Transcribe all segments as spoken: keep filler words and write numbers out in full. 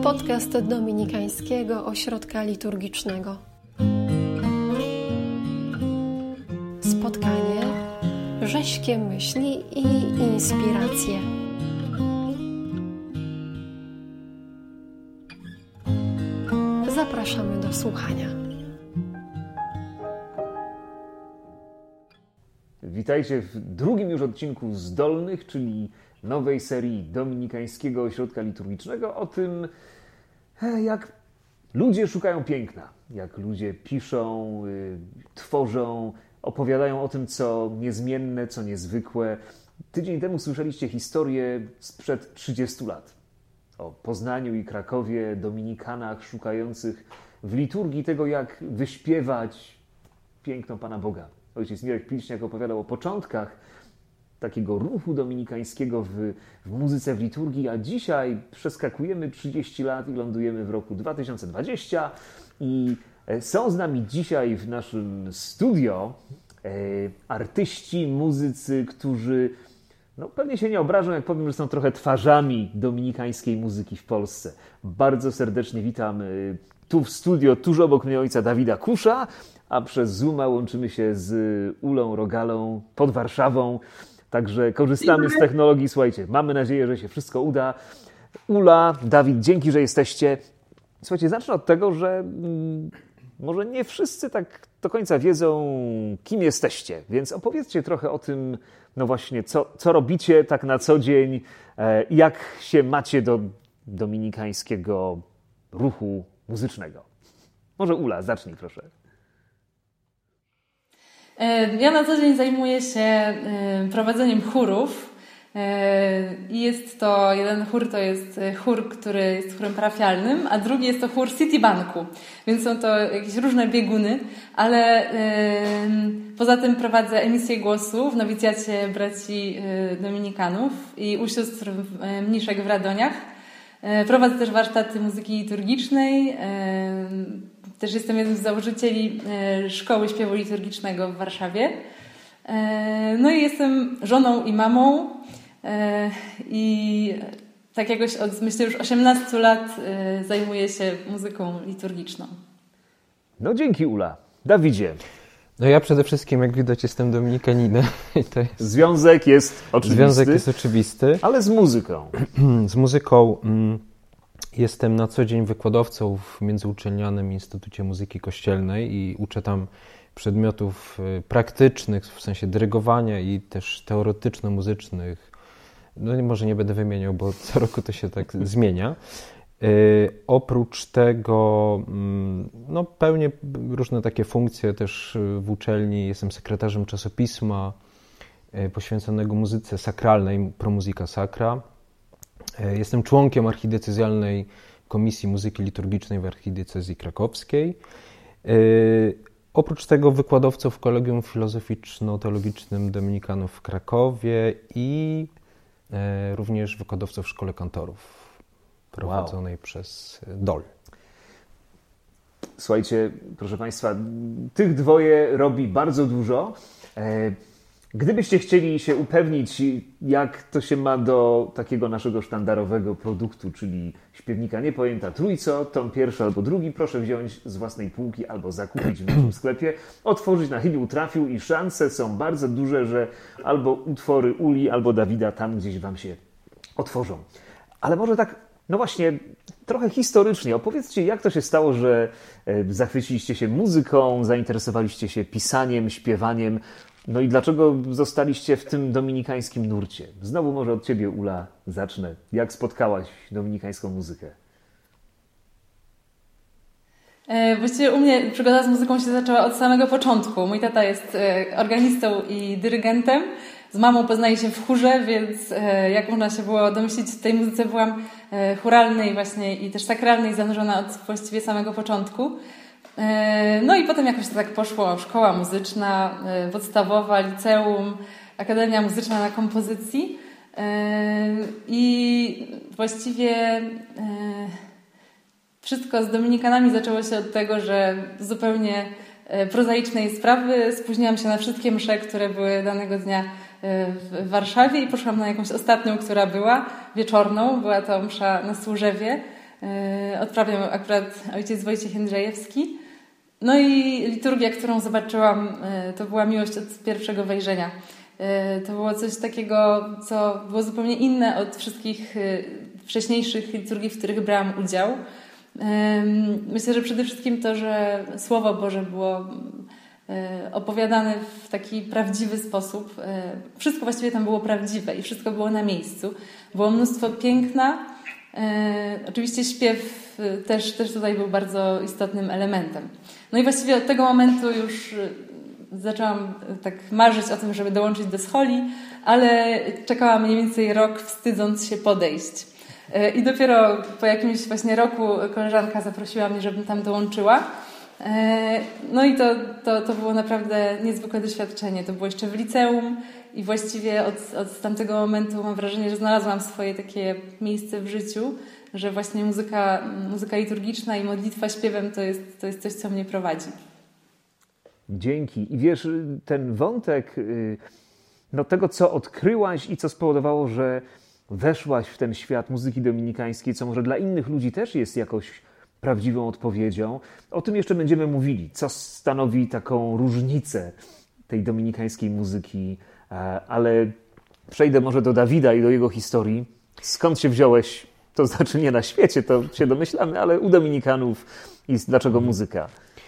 Podcast Dominikańskiego Ośrodka Liturgicznego. Spotkanie, rześkie myśli i inspiracje. Zapraszamy do słuchania. Witajcie w drugim już odcinku Zdolnych, czyli nowej serii Dominikańskiego Ośrodka Liturgicznego o tym, jak ludzie szukają piękna, jak ludzie piszą, tworzą, opowiadają o tym, co niezmienne, co niezwykłe. Tydzień temu słyszeliście historię sprzed trzydziestu lat o Poznaniu i Krakowie, dominikanach szukających w liturgii tego, jak wyśpiewać piękno Pana Boga. Ojciec Mirek Pilśniak opowiadał o początkach takiego ruchu dominikańskiego w, w muzyce, w liturgii, a dzisiaj przeskakujemy trzydzieści lat i lądujemy w roku dwa tysiące dwudziestym i są z nami dzisiaj w naszym studio e, artyści, muzycy, którzy no, pewnie się nie obrażą, jak powiem, że są trochę twarzami dominikańskiej muzyki w Polsce. Bardzo serdecznie witam e, tu w studio, tuż obok mnie ojca Dawida Kusza, a przez Zooma łączymy się z Ulą Rogalą pod Warszawą. Także korzystamy z technologii. Słuchajcie, mamy nadzieję, że się wszystko uda. Ula, Dawid, dzięki, że jesteście. Słuchajcie, zacznę od tego, że hmm, może nie wszyscy tak do końca wiedzą, kim jesteście. Więc opowiedzcie trochę o tym, no właśnie, co, co robicie tak na co dzień, e, jak się macie do dominikańskiego ruchu muzycznego. Może Ula, zacznij proszę. Ja na co dzień zajmuję się prowadzeniem chórów i jest to, jeden chór to jest chór, który jest chórem parafialnym, a drugi jest to chór Citibanku, więc są to jakieś różne bieguny, ale poza tym prowadzę emisję głosu w nowicjacie braci dominikanów i u sióstr mniszek w Radomiach. Prowadzę też warsztaty muzyki liturgicznej. Też jestem jednym z założycieli Szkoły Śpiewu Liturgicznego w Warszawie. No i jestem żoną i mamą i tak jakoś od, myślę, już osiemnastu lat zajmuję się muzyką liturgiczną. No dzięki, Ula. Dawidzie. No ja przede wszystkim, jak widać, jestem dominikaninem. To jest... Związek jest oczywisty. Związek jest oczywisty. Ale z muzyką. Z muzyką jestem na co dzień wykładowcą w Międzyuczelnianym Instytucie Muzyki Kościelnej i uczę tam przedmiotów praktycznych, w sensie dyrygowania i też teoretyczno-muzycznych. No może nie będę wymieniał, bo co roku to się tak zmienia. Yy, oprócz tego no, pełnię różne takie funkcje też w uczelni. Jestem sekretarzem czasopisma yy, poświęconego muzyce sakralnej, Pro Musica Sacra. Yy, jestem członkiem archidiecezjalnej Komisji Muzyki Liturgicznej w Archidiecezji Krakowskiej. Yy, oprócz tego wykładowcą w Kolegium Filozoficzno-Teologicznym Dominikanów w Krakowie i yy, również wykładowcą w Szkole Kantorów prowadzonej wow. przez D O L. Słuchajcie, proszę Państwa, tych dwoje robi bardzo dużo. Gdybyście chcieli się upewnić, jak to się ma do takiego naszego sztandarowego produktu, czyli śpiewnika Niepojęta Trójco, tom pierwszy albo drugi, proszę wziąć z własnej półki albo zakupić w naszym sklepie, otworzyć na chybił trafił i szanse są bardzo duże, że albo utwory Uli, albo Dawida tam gdzieś Wam się otworzą. Ale może tak No właśnie, trochę historycznie. Opowiedzcie, jak to się stało, że zachwyciliście się muzyką, zainteresowaliście się pisaniem, śpiewaniem, no i dlaczego zostaliście w tym dominikańskim nurcie? Znowu może od Ciebie, Ula, zacznę. Jak spotkałaś dominikańską muzykę? Właściwie u mnie przygoda z muzyką się zaczęła od samego początku. Mój tata jest organistą i dyrygentem. Z mamą poznaję się w chórze, więc jak można się było domyślić, w tej muzyce byłam chóralnej właśnie i też sakralnej, zanurzona od właściwie samego początku. No i potem jakoś to tak poszło. Szkoła muzyczna, podstawowa, liceum, Akademia Muzyczna na kompozycji. I właściwie wszystko z dominikanami zaczęło się od tego, że zupełnie prozaicznej sprawy spóźniłam się na wszystkie msze, które były danego dnia w Warszawie i poszłam na jakąś ostatnią, która była wieczorną. Była to msza na Służewie Odprawiał akurat ojciec Wojciech Jędrzejewski. No i liturgia, którą zobaczyłam, to była miłość od pierwszego wejrzenia. To było coś takiego, co było zupełnie inne od wszystkich wcześniejszych liturgii, w których brałam udział. Myślę, że przede wszystkim to, że Słowo Boże było opowiadane w taki prawdziwy sposób. Wszystko właściwie tam było prawdziwe i wszystko było na miejscu. Było mnóstwo piękna. Oczywiście śpiew też, też tutaj był bardzo istotnym elementem. No i właściwie od tego momentu już zaczęłam tak marzyć o tym, żeby dołączyć do scholi, ale czekałam mniej więcej rok, wstydząc się podejść. I dopiero po jakimś właśnie roku koleżanka zaprosiła mnie, żebym tam dołączyła. No i to, to, to było naprawdę niezwykłe doświadczenie. To było jeszcze w liceum i właściwie od, od tamtego momentu mam wrażenie, że znalazłam swoje takie miejsce w życiu, że właśnie muzyka, muzyka liturgiczna i modlitwa śpiewem to jest, to jest coś, co mnie prowadzi. Dzięki. I wiesz, ten wątek no, tego, co odkryłaś i co spowodowało, że weszłaś w ten świat muzyki dominikańskiej, co może dla innych ludzi też jest jakoś prawdziwą odpowiedzią. O tym jeszcze będziemy mówili, co stanowi taką różnicę tej dominikańskiej muzyki, ale przejdę może do Dawida i do jego historii. Skąd się wziąłeś, to znaczy nie na świecie, to się domyślamy, ale u Dominikanów i dlaczego muzyka?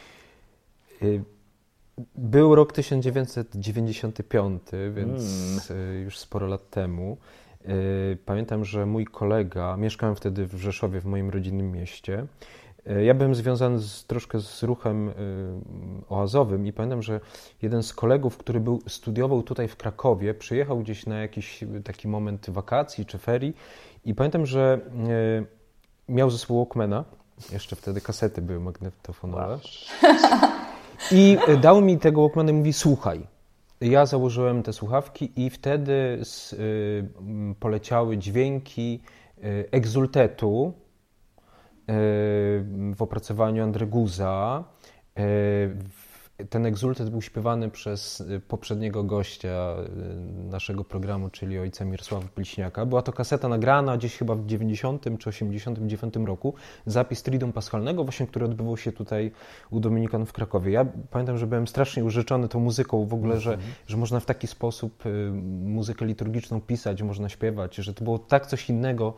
Był rok tysiąc dziewięćset dziewięćdziesiąty piąty, więc hmm. już sporo lat temu. Pamiętam, że mój kolega, mieszkałem wtedy w Rzeszowie, w moim rodzinnym mieście. Ja byłem związany z, troszkę z ruchem oazowym i pamiętam, że jeden z kolegów, który był, studiował tutaj w Krakowie, przyjechał gdzieś na jakiś taki moment wakacji czy ferii i pamiętam, że miał ze sobą Walkmana, jeszcze wtedy kasety były magnetofonowe i dał mi tego Walkmana i mówi: słuchaj. Ja założyłem te słuchawki i wtedy z, y, poleciały dźwięki y, Exultetu y, w opracowaniu Andreguza. Y, ten Exultet był śpiewany przez poprzedniego gościa naszego programu, czyli ojca Mirosława Pliśniaka. Była to kaseta nagrana gdzieś chyba w dziewięćdziesiątym czy osiemdziesiątym dziewiątym roku. Zapis Triduum Paschalnego, właśnie, który odbywał się tutaj u Dominikanów w Krakowie. Ja pamiętam, że byłem strasznie urzeczony tą muzyką w ogóle, że, że można w taki sposób muzykę liturgiczną pisać, można śpiewać, że to było tak coś innego,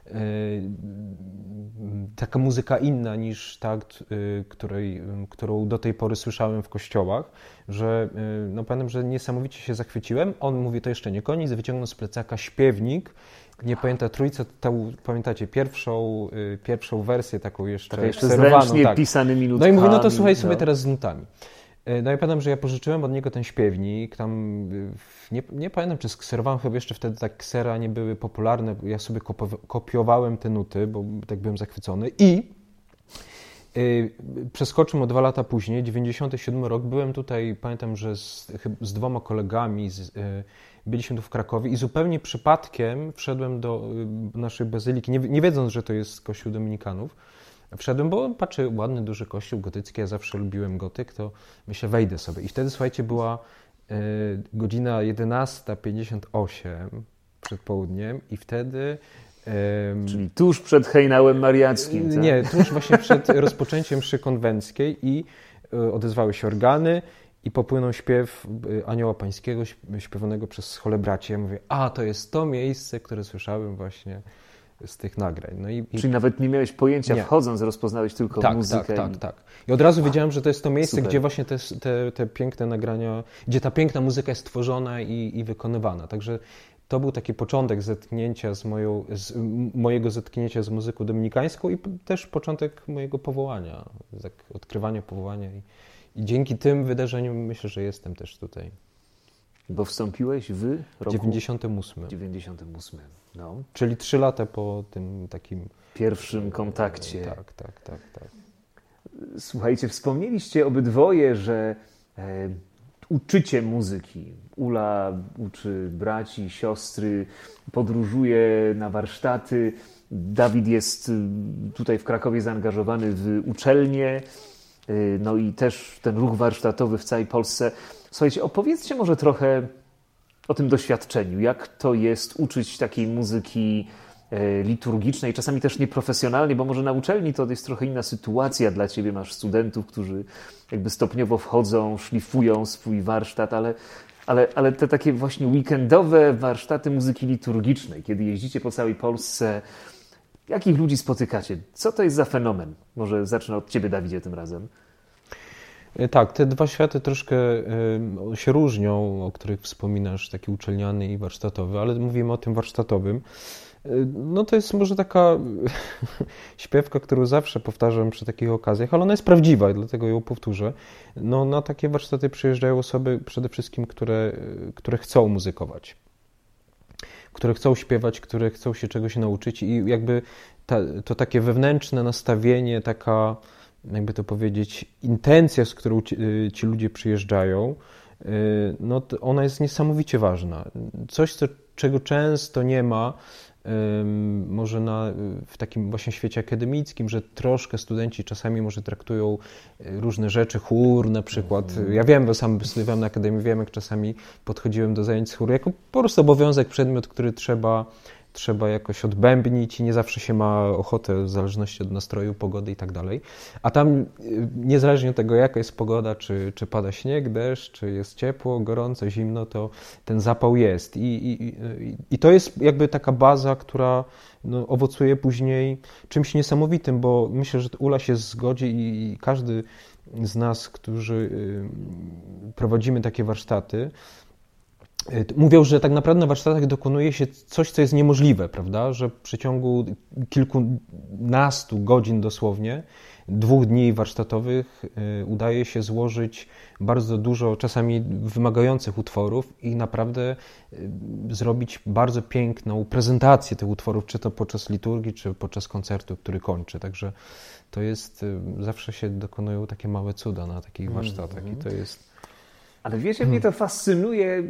taka muzyka inna niż ta, której, którą do tej pory słyszałem w kościołach, że no pamiętam, że niesamowicie się zachwyciłem. On mówi: to jeszcze nie koniec, wyciągnął z plecaka śpiewnik, nie pamięta trójce, tą, pamiętacie, pierwszą, pierwszą wersję taką jeszcze, tak, jeszcze zręcznie tak. pisanymi nutkami. No i mówi: no to słuchaj sobie no. teraz z nutami. No i pamiętam, że ja pożyczyłem od niego ten śpiewnik, tam nie, nie pamiętam, czy skserowałem, chyba jeszcze wtedy tak ksera nie były popularne, ja sobie kopiowałem te nuty, bo tak byłem zachwycony i yy, przeskoczymy o dwa lata później, dziewięćdziesiąty siódmy rok, byłem tutaj, pamiętam, że z, z dwoma kolegami, z, yy, byliśmy tu w Krakowie i zupełnie przypadkiem wszedłem do yy, naszej bazyliki, nie, nie wiedząc, że to jest kościół Dominikanów. Wszedłem, bo patrzę, ładny, duży kościół gotycki, ja zawsze lubiłem gotyk, to myślę, wejdę sobie. I wtedy, słuchajcie, była y, godzina jedenasta pięćdziesiąt osiem przed południem i wtedy... Y, Czyli tuż przed hejnałem mariackim, tak? Nie, tuż właśnie przed rozpoczęciem mszy konwenckiej i y, odezwały się organy i popłynął śpiew y, Anioła Pańskiego, śpiewanego przez Scholę Braci. Ja mówię: a, to jest to miejsce, które słyszałem właśnie z tych nagrań. No i, Czyli i... nawet nie miałeś pojęcia, nie. wchodząc, rozpoznałeś tylko tak, muzykę. Tak, i... tak, tak. I od razu wiedziałem, że to jest to miejsce, Super. gdzie właśnie te, te, te piękne nagrania, gdzie ta piękna muzyka jest tworzona i, i wykonywana. Także to był taki początek zetknięcia z moją, z, mojego zetknięcia z muzyką dominikańską i też początek mojego powołania, tak, odkrywania powołania. I, I dzięki tym wydarzeniom myślę, że jestem też tutaj. Bo wstąpiłeś w roku... dziewięćdziesiątym ósmym. dziewięćdziesiątym ósmym. No. Czyli trzy lata po tym takim... Pierwszym kontakcie. Tak, tak, tak, tak. Słuchajcie, wspomnieliście obydwoje, że e, uczycie muzyki. Ula uczy braci, siostry, podróżuje na warsztaty. Dawid jest tutaj w Krakowie zaangażowany w uczelnię. E, no i też ten ruch warsztatowy w całej Polsce. Słuchajcie, opowiedzcie może trochę o tym doświadczeniu. Jak to jest uczyć takiej muzyki liturgicznej, czasami też nieprofesjonalnej, bo może na uczelni to jest trochę inna sytuacja dla ciebie. Masz studentów, którzy jakby stopniowo wchodzą, szlifują swój warsztat, ale, ale, ale te takie właśnie weekendowe warsztaty muzyki liturgicznej, kiedy jeździcie po całej Polsce, jakich ludzi spotykacie? Co to jest za fenomen? Może zacznę od ciebie, Dawidzie, tym razem. Tak, te dwa światy troszkę y, się różnią, o których wspominasz, taki uczelniany i warsztatowy, ale mówimy o tym warsztatowym. Y, no to jest może taka śpiewka, którą zawsze powtarzam przy takich okazjach, ale ona jest prawdziwa i dlatego ją powtórzę. No, na takie warsztaty przyjeżdżają osoby przede wszystkim, które, które chcą muzykować, które chcą śpiewać, które chcą się czegoś nauczyć i jakby ta, to takie wewnętrzne nastawienie, taka, jakby to powiedzieć, intencja, z którą ci, ci ludzie przyjeżdżają, no ona jest niesamowicie ważna. Coś, co, czego często nie ma, może na, w takim właśnie świecie akademickim, że troszkę studenci czasami może traktują różne rzeczy, chór na przykład. Ja wiem, bo sam studiowałem na akademii, wiem, jak czasami podchodziłem do zajęć z chóru jako po prostu obowiązek, przedmiot, który trzeba trzeba jakoś odbębnić i nie zawsze się ma ochotę w zależności od nastroju, pogody i tak dalej. A tam niezależnie od tego, jaka jest pogoda, czy, czy pada śnieg, deszcz, czy jest ciepło, gorąco, zimno, to ten zapał jest. I, i, i, i to jest jakby taka baza, która no, owocuje później czymś niesamowitym, bo myślę, że Ula się zgodzi i, i każdy z nas, którzy prowadzimy takie warsztaty, mówią, że tak naprawdę na warsztatach dokonuje się coś, co jest niemożliwe, prawda? Że w przeciągu kilkunastu godzin dosłownie, dwóch dni warsztatowych udaje się złożyć bardzo dużo, czasami wymagających utworów i naprawdę zrobić bardzo piękną prezentację tych utworów, czy to podczas liturgii, czy podczas koncertu, który kończy. Także to jest, zawsze się dokonują takie małe cuda na takich warsztatach i to jest... Ale wiecie, mnie to fascynuje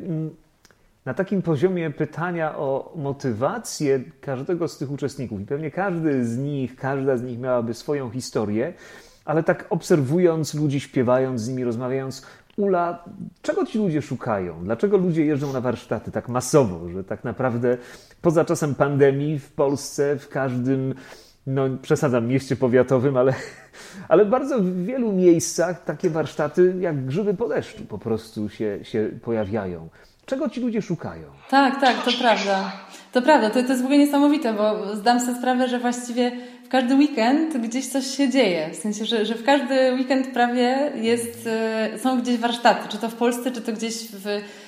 na takim poziomie pytania o motywację każdego z tych uczestników. I pewnie każdy z nich, każda z nich miałaby swoją historię, ale tak obserwując ludzi, śpiewając z nimi, rozmawiając, Ula, czego ci ludzie szukają? Dlaczego ludzie jeżdżą na warsztaty tak masowo, że tak naprawdę poza czasem pandemii w Polsce, w każdym, no przesadzam, mieście powiatowym, ale, ale bardzo w wielu miejscach takie warsztaty jak grzyby po deszczu po prostu się, się pojawiają. Czego ci ludzie szukają? Tak, tak, to prawda. To prawda, to, to jest w ogóle niesamowite, bo zdam sobie sprawę, że właściwie w każdy weekend gdzieś coś się dzieje. W sensie, że, że w każdy weekend prawie jest, są gdzieś warsztaty, czy to w Polsce, czy to gdzieś w,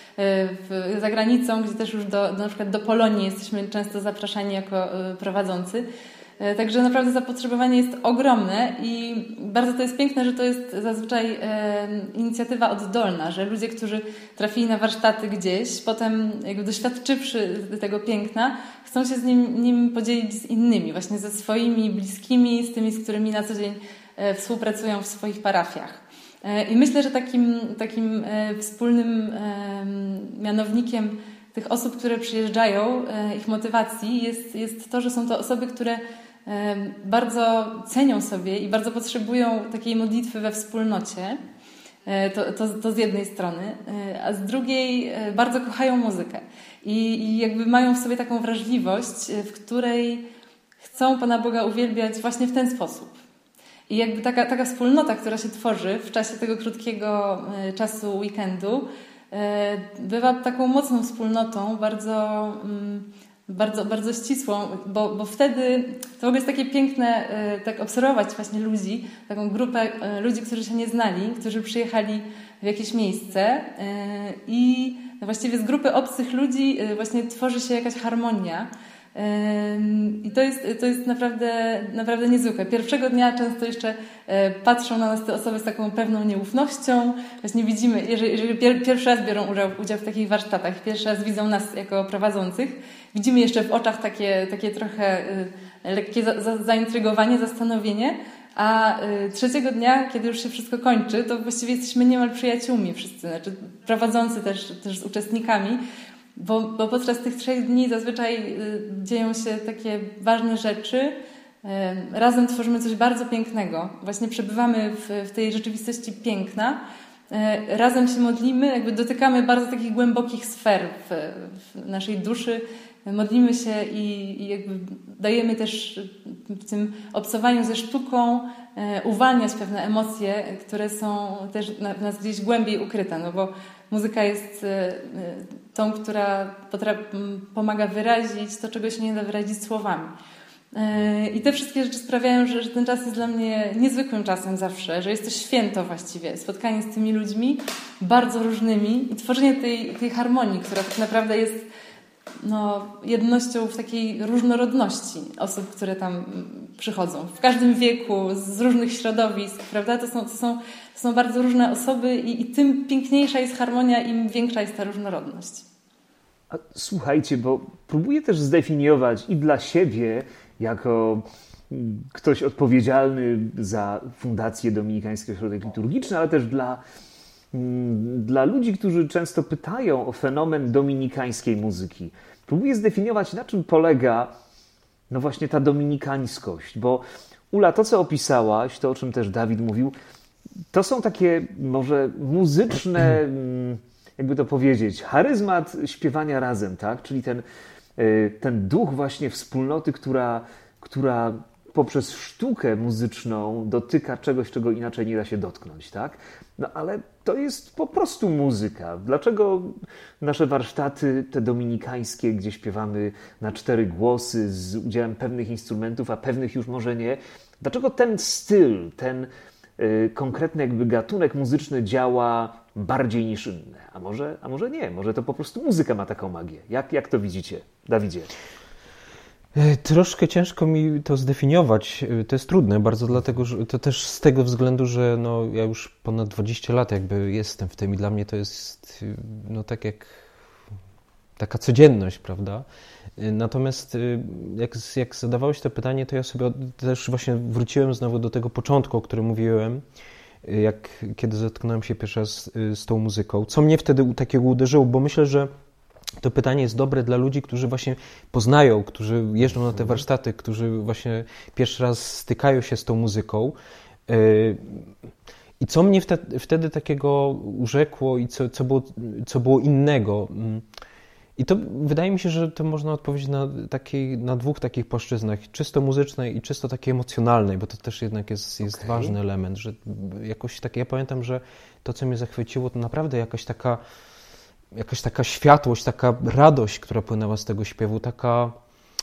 w, za granicą, gdzie też już do, do, na przykład do Polonii jesteśmy często zapraszani jako prowadzący. Także naprawdę zapotrzebowanie jest ogromne i bardzo to jest piękne, że to jest zazwyczaj e, inicjatywa oddolna, że ludzie, którzy trafili na warsztaty gdzieś, potem jakby doświadczywszy tego piękna, chcą się z nim, nim podzielić z innymi, właśnie ze swoimi bliskimi, z tymi, z którymi na co dzień e, współpracują w swoich parafiach. E, I myślę, że takim, takim e, wspólnym e, mianownikiem tych osób, które przyjeżdżają, e, ich motywacji jest, jest to, że są to osoby, które bardzo cenią sobie i bardzo potrzebują takiej modlitwy we wspólnocie, to, to, to z jednej strony, a z drugiej bardzo kochają muzykę i, i jakby mają w sobie taką wrażliwość, w której chcą Pana Boga uwielbiać właśnie w ten sposób. I jakby taka, taka wspólnota, która się tworzy w czasie tego krótkiego czasu weekendu, bywa taką mocną wspólnotą, bardzo... Bardzo, bardzo ścisłą, bo, bo wtedy to w ogóle jest takie piękne tak obserwować właśnie ludzi, taką grupę ludzi, którzy się nie znali, którzy przyjechali w jakieś miejsce i właściwie z grupy obcych ludzi właśnie tworzy się jakaś harmonia. I to jest, to jest naprawdę, naprawdę niezwykłe. Pierwszego dnia często jeszcze patrzą na nas te osoby z taką pewną nieufnością. Właśnie widzimy, jeżeli, jeżeli pierwszy raz biorą udział, udział w takich warsztatach, pierwszy raz widzą nas jako prowadzących, widzimy jeszcze w oczach takie, takie trochę lekkie za, za, zaintrygowanie, zastanowienie, a trzeciego dnia, kiedy już się wszystko kończy, to właściwie jesteśmy niemal przyjaciółmi wszyscy, znaczy prowadzący też, też z uczestnikami, bo, bo podczas tych trzech dni zazwyczaj dzieją się takie ważne rzeczy. Razem tworzymy coś bardzo pięknego. Właśnie przebywamy w, w tej rzeczywistości piękna. Razem się modlimy, jakby dotykamy bardzo takich głębokich sfer w, w naszej duszy modlimy się i, i jakby dajemy też w tym obcowaniu ze sztuką e, uwalniać pewne emocje, które są też na, w nas gdzieś głębiej ukryte, no bo muzyka jest e, tą, która potrafi, pomaga wyrazić to, czego się nie da wyrazić słowami. E, I te wszystkie rzeczy sprawiają, że, że ten czas jest dla mnie niezwykłym czasem zawsze, że jest to święto właściwie, spotkanie z tymi ludźmi bardzo różnymi i tworzenie tej, tej harmonii, która tak naprawdę jest no, jednością w takiej różnorodności osób, które tam przychodzą. W każdym wieku, z różnych środowisk, prawda? To są, to są, to są bardzo różne osoby i, i tym piękniejsza jest harmonia, im większa jest ta różnorodność. A słuchajcie, bo próbuję też zdefiniować i dla siebie, jako ktoś odpowiedzialny za Fundację Dominikański Ośrodek Liturgiczny, ale też dla Dla ludzi, którzy często pytają o fenomen dominikańskiej muzyki, próbuję zdefiniować, na czym polega no właśnie ta dominikańskość, bo Ula, to co opisałaś, to o czym też Dawid mówił, to są takie może muzyczne, jakby to powiedzieć, charyzmat śpiewania razem, tak? Czyli ten, ten duch właśnie wspólnoty, która, która poprzez sztukę muzyczną dotyka czegoś, czego inaczej nie da się dotknąć, tak? No ale to jest po prostu muzyka. Dlaczego nasze warsztaty, te dominikańskie, gdzie śpiewamy na cztery głosy z udziałem pewnych instrumentów, a pewnych już może nie, dlaczego ten styl, ten y, konkretny jakby gatunek muzyczny działa bardziej niż inne? A może, a może nie? Może to po prostu muzyka ma taką magię. Jak, jak to widzicie, Dawidzie? Troszkę ciężko mi to zdefiniować. To jest trudne bardzo, dlatego że to też z tego względu, że no, ja już ponad dwadzieścia lat jakby jestem w tym i dla mnie to jest no, tak jak taka codzienność, prawda? Natomiast jak, jak zadawałeś to pytanie, to ja sobie też właśnie wróciłem znowu do tego początku, o którym mówiłem, jak kiedy zetknąłem się pierwszy raz z tą muzyką. Co mnie wtedy takiego uderzyło, bo myślę, że to pytanie jest dobre dla ludzi, którzy właśnie poznają, którzy jeżdżą na te warsztaty, którzy właśnie pierwszy raz stykają się z tą muzyką. I co mnie wtedy, wtedy takiego urzekło i co, co, było, co było innego. I to wydaje mi się, że to można odpowiedzieć na, takiej, na dwóch takich płaszczyznach, czysto muzycznej i czysto takiej emocjonalnej, bo to też jednak jest, jest okay. ważny element, że jakoś tak, ja pamiętam, że to, co mnie zachwyciło, to naprawdę jakaś taka jakaś taka światłość, taka radość, która płynęła z tego śpiewu, taka,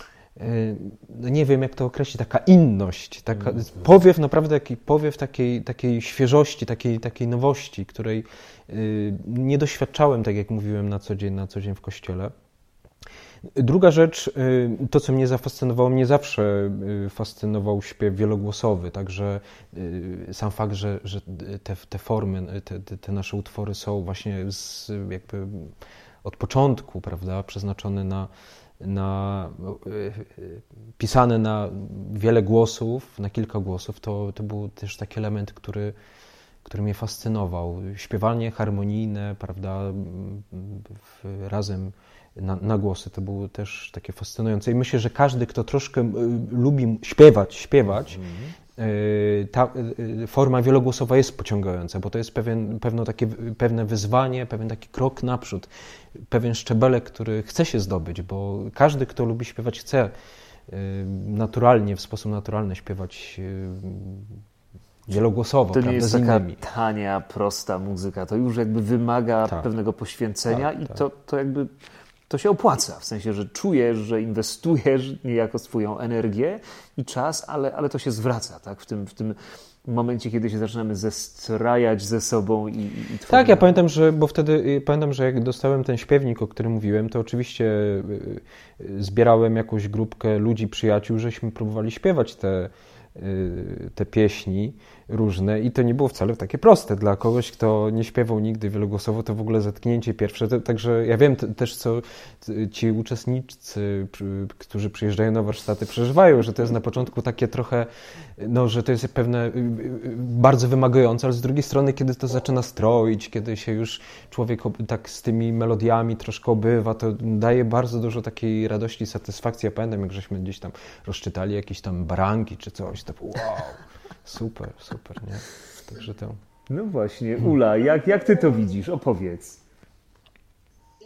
no nie wiem jak to określić, taka inność, taka, powiew, naprawdę taki powiew takiej, takiej świeżości, takiej, takiej nowości, której nie doświadczałem, tak jak mówiłem, na co dzień, na co dzień w kościele. Druga rzecz, to co mnie zafascynowało, mnie zawsze fascynował śpiew wielogłosowy, także sam fakt, że, że te, te formy, te, te nasze utwory są właśnie z, jakby od początku, prawda, przeznaczone na, na pisane na wiele głosów, na kilka głosów, to, to był też taki element, który, który mnie fascynował. Śpiewanie harmonijne, prawda, w, razem Na, na głosy. To było też takie fascynujące. I myślę, że każdy, kto troszkę lubi śpiewać, śpiewać, mm. ta forma wielogłosowa jest pociągająca, bo to jest pewien, pewno takie, pewne wyzwanie, pewien taki krok naprzód, pewien szczebelek, który chce się zdobyć, bo każdy, kto lubi śpiewać, chce naturalnie, w sposób naturalny śpiewać wielogłosowo, to prawda, nie jest z taka innymi. tania, prosta muzyka. To już jakby wymaga tak. pewnego poświęcenia tak, i tak. to, to jakby to się opłaca. W sensie, że czujesz, że inwestujesz niejako swoją energię i czas, ale, ale to się zwraca, tak? W tym, w tym momencie, kiedy się zaczynamy zestrajać ze sobą i, i tworzyć. Tak, ja pamiętam, że, bo wtedy pamiętam, że jak dostałem ten śpiewnik, o którym mówiłem, to oczywiście zbierałem jakąś grupkę ludzi, przyjaciół, żeśmy próbowali śpiewać te te pieśni różne i to nie było wcale takie proste. Dla kogoś, kto nie śpiewał nigdy wielogłosowo, to w ogóle zetknięcie pierwsze. Także ja wiem też, co ci uczestnicy, którzy przyjeżdżają na warsztaty, przeżywają, że to jest na początku takie trochę, no, że to jest pewne bardzo wymagające, ale z drugiej strony, kiedy to zaczyna stroić, kiedy się już człowiek tak z tymi melodiami troszkę obywa, to daje bardzo dużo takiej radości, satysfakcji. Ja pamiętam, jak żeśmy gdzieś tam rozczytali jakieś tam baranki czy coś, to wow, super, super, nie? Także to... No właśnie, Ula, jak, jak ty to widzisz? Opowiedz.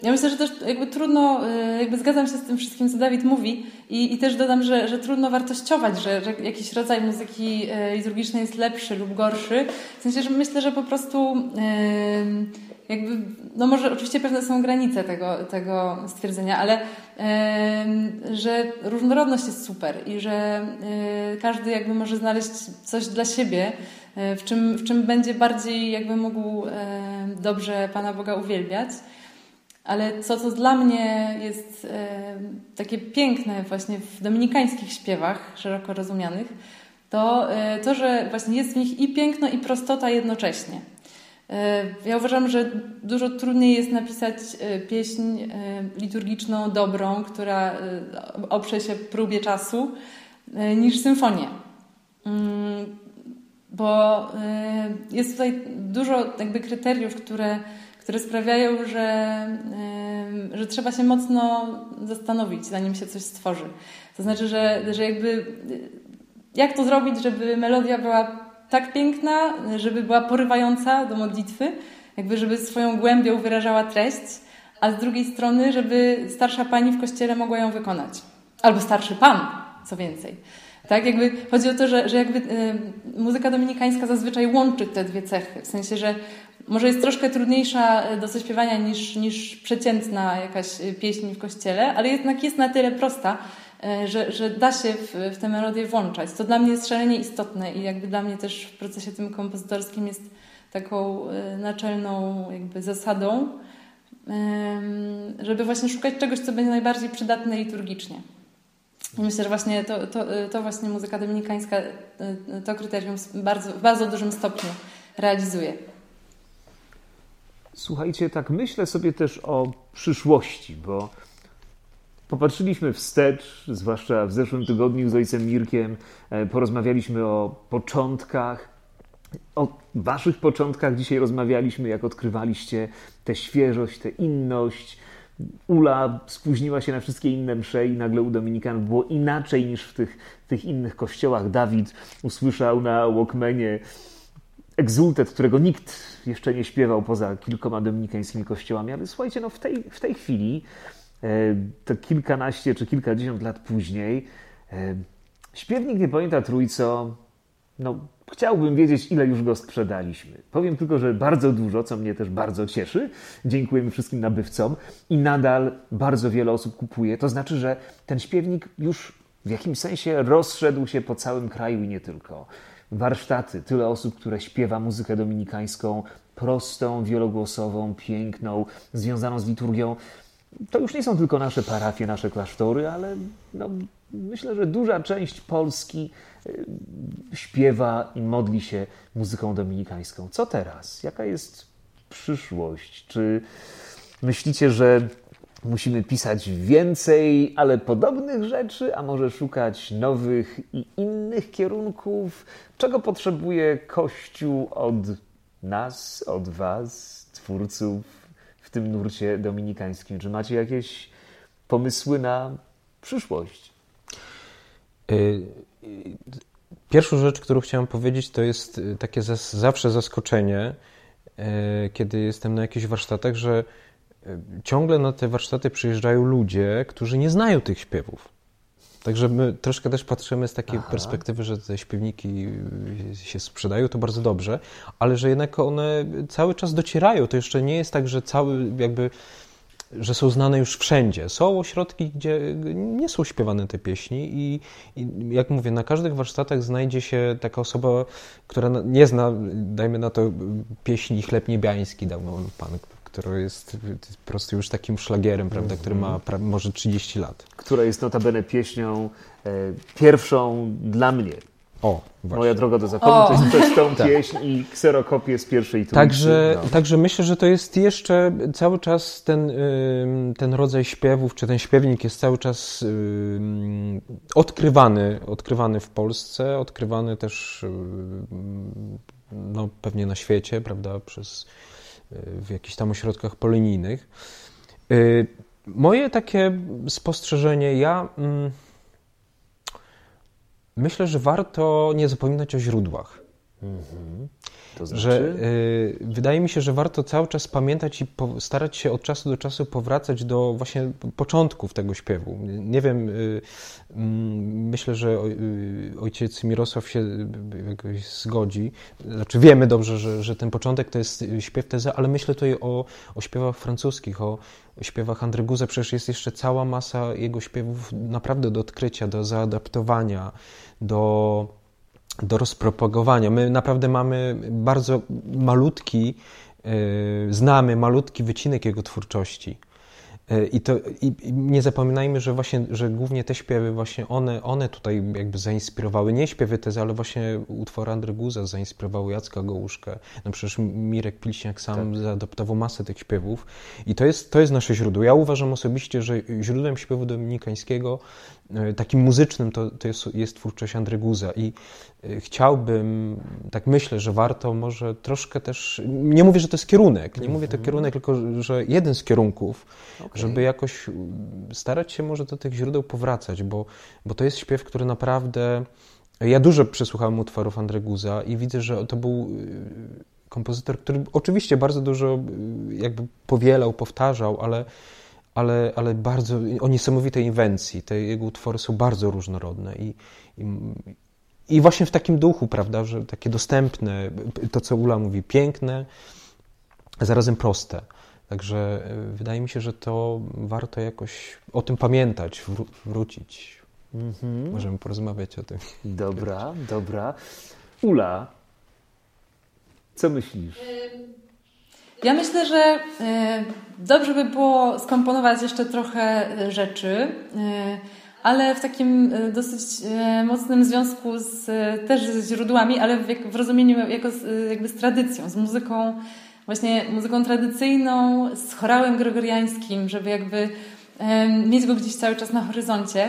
Ja myślę, że też jakby trudno, jakby zgadzam się z tym wszystkim, co Dawid mówi i, i też dodam, że, że trudno wartościować, że, że jakiś rodzaj muzyki liturgicznej jest lepszy lub gorszy. W sensie, że myślę, że po prostu jakby, no może oczywiście pewne są granice tego, tego stwierdzenia, ale że różnorodność jest super i że każdy jakby może znaleźć coś dla siebie, w czym, w czym będzie bardziej jakby mógł dobrze Pana Boga uwielbiać. Ale co, co dla mnie jest e, takie piękne właśnie w dominikańskich śpiewach, szeroko rozumianych, to e, to, że właśnie jest w nich i piękno, i prostota jednocześnie. E, ja uważam, że dużo trudniej jest napisać e, pieśń e, liturgiczną, dobrą, która e, oprze się próbie czasu, e, niż symfonię. Mm, bo e, jest tutaj dużo jakby kryteriów, które które sprawiają, że, yy, że trzeba się mocno zastanowić, zanim się coś stworzy. To znaczy, że, że jakby jak to zrobić, żeby melodia była tak piękna, żeby była porywająca do modlitwy, jakby żeby swoją głębią wyrażała treść, a z drugiej strony, żeby starsza pani w kościele mogła ją wykonać. Albo starszy pan, co więcej. Tak, jakby chodzi o to, że, że jakby y, muzyka dominikańska zazwyczaj łączy te dwie cechy. W sensie, że może jest troszkę trudniejsza do zaśpiewania niż, niż przeciętna jakaś pieśń w kościele, ale jednak jest na tyle prosta, że, że da się w, w tę melodię włączać. To dla mnie jest szalenie istotne i jakby dla mnie też w procesie tym kompozytorskim jest taką naczelną jakby zasadą, żeby właśnie szukać czegoś, co będzie najbardziej przydatne liturgicznie. I myślę, że właśnie to, to, to właśnie muzyka dominikańska to kryterium bardzo, w bardzo dużym stopniu realizuje. Słuchajcie, tak myślę sobie też o przyszłości, bo popatrzyliśmy wstecz, zwłaszcza w zeszłym tygodniu z ojcem Mirkiem, porozmawialiśmy o początkach, o waszych początkach dzisiaj rozmawialiśmy, jak odkrywaliście tę świeżość, tę inność. Ula spóźniła się na wszystkie inne msze i nagle u Dominikan było inaczej niż w tych, tych innych kościołach. Dawid usłyszał na Walkmanie Exultet, którego nikt jeszcze nie śpiewał poza kilkoma dominikańskimi kościołami, ale słuchajcie, no w tej, w tej chwili, to kilkanaście czy kilkadziesiąt lat później, śpiewnik Nie pamięta Trójco, no chciałbym wiedzieć, ile już go sprzedaliśmy. Powiem tylko, że bardzo dużo, co mnie też bardzo cieszy. Dziękujemy wszystkim nabywcom i nadal bardzo wiele osób kupuje. To znaczy, że ten śpiewnik już w jakimś sensie rozszedł się po całym kraju i nie tylko. Warsztaty, tyle osób, które śpiewa muzykę dominikańską, prostą, wielogłosową, piękną, związaną z liturgią. To już nie są tylko nasze parafie, nasze klasztory, ale no, myślę, że duża część Polski śpiewa i modli się muzyką dominikańską. Co teraz? Jaka jest przyszłość? Czy myślicie, że musimy pisać więcej, ale podobnych rzeczy, a może szukać nowych i innych kierunków? Czego potrzebuje Kościół od nas, od was, twórców w tym nurcie dominikańskim? Czy macie jakieś pomysły na przyszłość? Pierwszą rzecz, którą chciałem powiedzieć, to jest takie zawsze zaskoczenie, kiedy jestem na jakichś warsztatach, że ciągle na te warsztaty przyjeżdżają ludzie, którzy nie znają tych śpiewów. Także my troszkę też patrzymy z takiej Aha. perspektywy, że te śpiewniki się sprzedają, to bardzo dobrze, ale że jednak one cały czas docierają. To jeszcze nie jest tak, że cały jakby, że są znane już wszędzie. Są ośrodki, gdzie nie są śpiewane te pieśni i, i jak mówię, na każdych warsztatach znajdzie się taka osoba, która nie zna, dajmy na to, pieśni Chleb Niebiański, dał pan, który jest po prostu już takim szlagierem, prawda, który ma pra- może trzydzieści lat. Która jest notabene pieśnią e, pierwszą dla mnie. O, właśnie. Moja droga do zakonu, to jest też tą tak. pieśń i kserokopię z pierwszej trójcy. Także, no. także myślę, że to jest jeszcze cały czas ten, ten rodzaj śpiewów, czy ten śpiewnik jest cały czas odkrywany, odkrywany w Polsce, odkrywany też no, pewnie na świecie, prawda, przez w jakichś tam ośrodkach polonijnych. Moje takie spostrzeżenie, ja myślę, że warto nie zapominać o źródłach. Mhm. To znaczy? Że y, wydaje mi się, że warto cały czas pamiętać i po, starać się od czasu do czasu powracać do właśnie początków tego śpiewu. Nie wiem, y, y, myślę, że y, ojciec Mirosław się jakoś zgodzi. Znaczy wiemy dobrze, że, że ten początek to jest śpiew Teza, ale myślę tutaj o, o śpiewach francuskich, o, o śpiewach André Gouza. Przecież jest jeszcze cała masa jego śpiewów naprawdę do odkrycia, do zaadaptowania, do do rozpropagowania. My naprawdę mamy bardzo malutki, yy, znamy malutki wycinek jego twórczości. Yy, I, to, i, I nie zapominajmy, że właśnie, że głównie te śpiewy właśnie one, one tutaj jakby zainspirowały, nie śpiewy Tezy, ale właśnie utwory André Gouza zainspirowały Jacka Gołuszkę. No przecież Mirek Pilśniak sam tak. zaadaptował masę tych śpiewów. I to jest, to jest nasze źródło. Ja uważam osobiście, że źródłem śpiewu dominikańskiego takim muzycznym to, to jest, jest twórczość André Gouza i chciałbym, tak myślę, że warto może troszkę też, nie mówię, że to jest kierunek, nie mówię to kierunek, tylko że jeden z kierunków, okay. żeby jakoś starać się może do tych źródeł powracać, bo, bo to jest śpiew, który naprawdę, ja dużo przesłuchałem utworów André Gouza i widzę, że to był kompozytor, który oczywiście bardzo dużo jakby powielał, powtarzał, ale ale, ale bardzo, o niesamowitej inwencji. Te jego utwory są bardzo różnorodne i, i, i właśnie w takim duchu, prawda, że takie dostępne, to co Ula mówi, piękne, a zarazem proste. Także wydaje mi się, że to warto jakoś o tym pamiętać, wró- wrócić. Mhm. Możemy porozmawiać o tym. Dobra, dobra. Ula, co myślisz? Ja myślę, że dobrze by było skomponować jeszcze trochę rzeczy, ale w takim dosyć mocnym związku z, też ze źródłami, ale w, w rozumieniu jako z, jakby z tradycją, z muzyką, właśnie muzyką tradycyjną, z chorałem gregoriańskim, żeby jakby mieć go gdzieś cały czas na horyzoncie,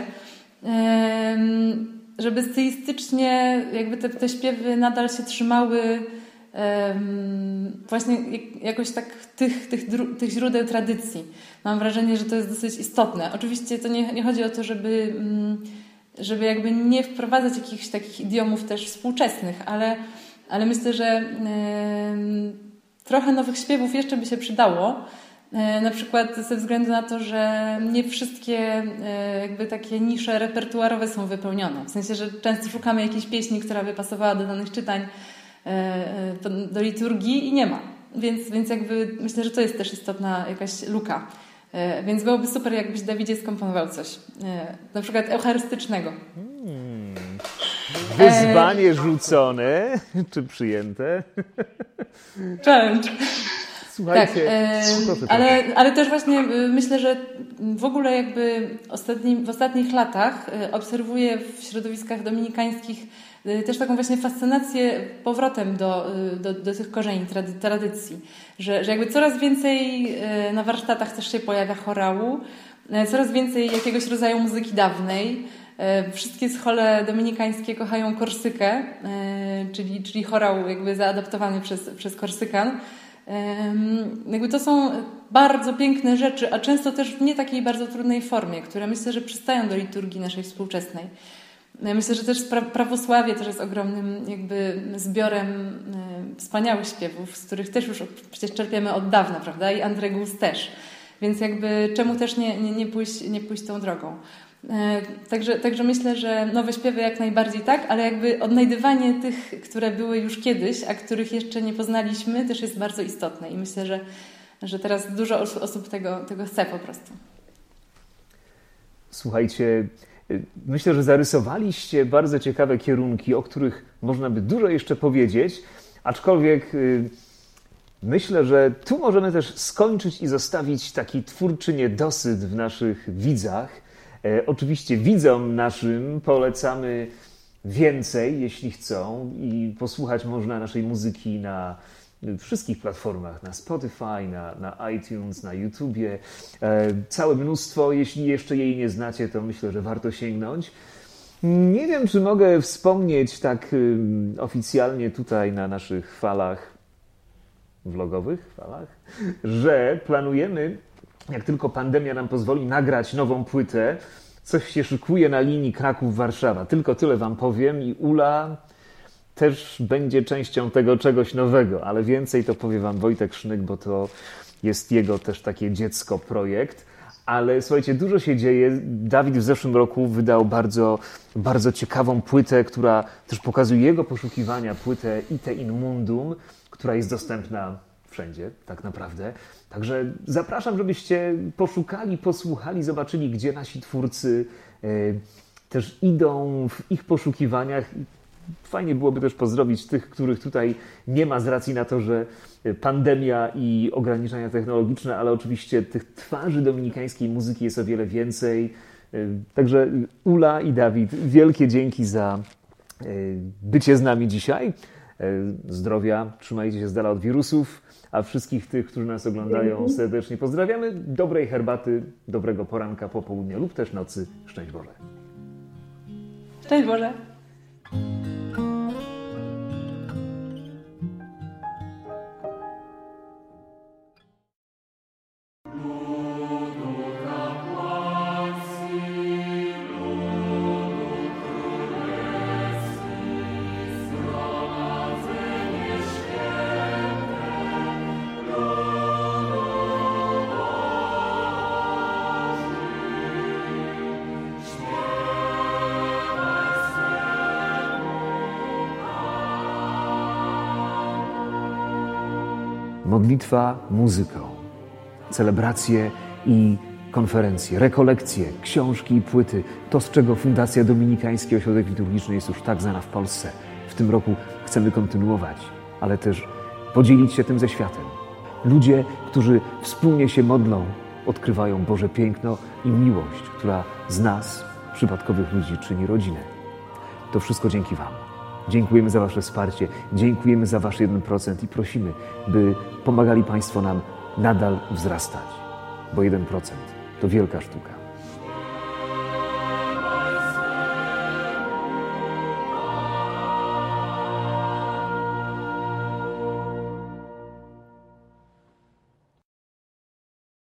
żeby stylistycznie jakby te, te śpiewy nadal się trzymały właśnie jakoś tak tych, tych, tych źródeł tradycji. Mam wrażenie, że to jest dosyć istotne. Oczywiście to nie, nie chodzi o to, żeby, żeby jakby nie wprowadzać jakichś takich idiomów też współczesnych, ale, ale myślę, że trochę nowych śpiewów jeszcze by się przydało. Na przykład ze względu na to, że nie wszystkie jakby takie nisze repertuarowe są wypełnione. W sensie, że często szukamy jakiejś pieśni, która by pasowała do danych czytań, do, do liturgii i nie ma. Więc, więc jakby myślę, że to jest też istotna jakaś luka. Więc byłoby super, jakbyś Dawidzie skomponował coś. Na przykład eucharystycznego. Hmm. Wyzwanie e... rzucone, czy przyjęte? Challenge. Słuchajcie, tak, e, ale, ale też właśnie myślę, że w ogóle jakby ostatni, w ostatnich latach obserwuję w środowiskach dominikańskich też taką właśnie fascynację powrotem do, do, do tych korzeni, trady, tradycji. Że, że jakby coraz więcej na warsztatach też się pojawia chorału, coraz więcej jakiegoś rodzaju muzyki dawnej. Wszystkie schole dominikańskie kochają Korsykę, czyli, czyli chorał jakby zaadaptowany przez, przez Korsykan. Jakby to są bardzo piękne rzeczy, a często też w nie takiej bardzo trudnej formie, które myślę, że przystają do liturgii naszej współczesnej. Myślę, że też prawosławie też jest ogromnym jakby zbiorem wspaniałych śpiewów, z których też już przecież czerpiemy od dawna, prawda? I André Gouza też. Więc jakby czemu też nie, nie, nie, pójść, nie pójść tą drogą. Także, także myślę, że nowe śpiewy jak najbardziej tak, ale jakby odnajdywanie tych, które były już kiedyś, a których jeszcze nie poznaliśmy, też jest bardzo istotne i myślę, że, że teraz dużo osób tego, tego chce po prostu. Słuchajcie, myślę, że zarysowaliście bardzo ciekawe kierunki, o których można by dużo jeszcze powiedzieć, aczkolwiek myślę, że tu możemy też skończyć i zostawić taki twórczy niedosyt w naszych widzach. Oczywiście widzom naszym polecamy więcej, jeśli chcą, i posłuchać można naszej muzyki na wszystkich platformach, na Spotify, na, na iTunes, na YouTubie. Całe mnóstwo, jeśli jeszcze jej nie znacie, to myślę, że warto sięgnąć. Nie wiem, czy mogę wspomnieć tak oficjalnie tutaj na naszych falach vlogowych, falach, że planujemy, jak tylko pandemia nam pozwoli, nagrać nową płytę. Coś się szykuje na linii Kraków-Warszawa. Tylko tyle wam powiem i Ula, też będzie częścią tego czegoś nowego, ale więcej to powie wam Wojtek Sznyk, bo to jest jego też takie dziecko projekt. Ale słuchajcie, dużo się dzieje. Dawid w zeszłym roku wydał bardzo, bardzo ciekawą płytę, która też pokazuje jego poszukiwania, płytę Ite in Mundum, która jest dostępna wszędzie, tak naprawdę. Także zapraszam, żebyście poszukali, posłuchali, zobaczyli, gdzie nasi twórcy e, też idą w ich poszukiwaniach. Fajnie byłoby też pozdrowić tych, których tutaj nie ma z racji na to, że pandemia i ograniczenia technologiczne, ale oczywiście tych twarzy dominikańskiej muzyki jest o wiele więcej. Także Ula i Dawid, wielkie dzięki za bycie z nami dzisiaj. Zdrowia, trzymajcie się z dala od wirusów, a wszystkich tych, którzy nas oglądają, serdecznie pozdrawiamy. Dobrej herbaty, dobrego poranka, popołudnia lub też nocy. Szczęść Boże. Szczęść Boże. Modlitwa muzyką, celebracje i konferencje, rekolekcje, książki i płyty. To, z czego Fundacja Dominikański Ośrodek Liturgiczny jest już tak znana w Polsce. W tym roku chcemy kontynuować, ale też podzielić się tym ze światem. Ludzie, którzy wspólnie się modlą, odkrywają Boże piękno i miłość, która z nas, przypadkowych ludzi, czyni rodzinę. To wszystko dzięki Wam. Dziękujemy za Wasze wsparcie, dziękujemy za Wasz jeden procent i prosimy, by pomagali Państwo nam nadal wzrastać, bo jeden procent to wielka sztuka.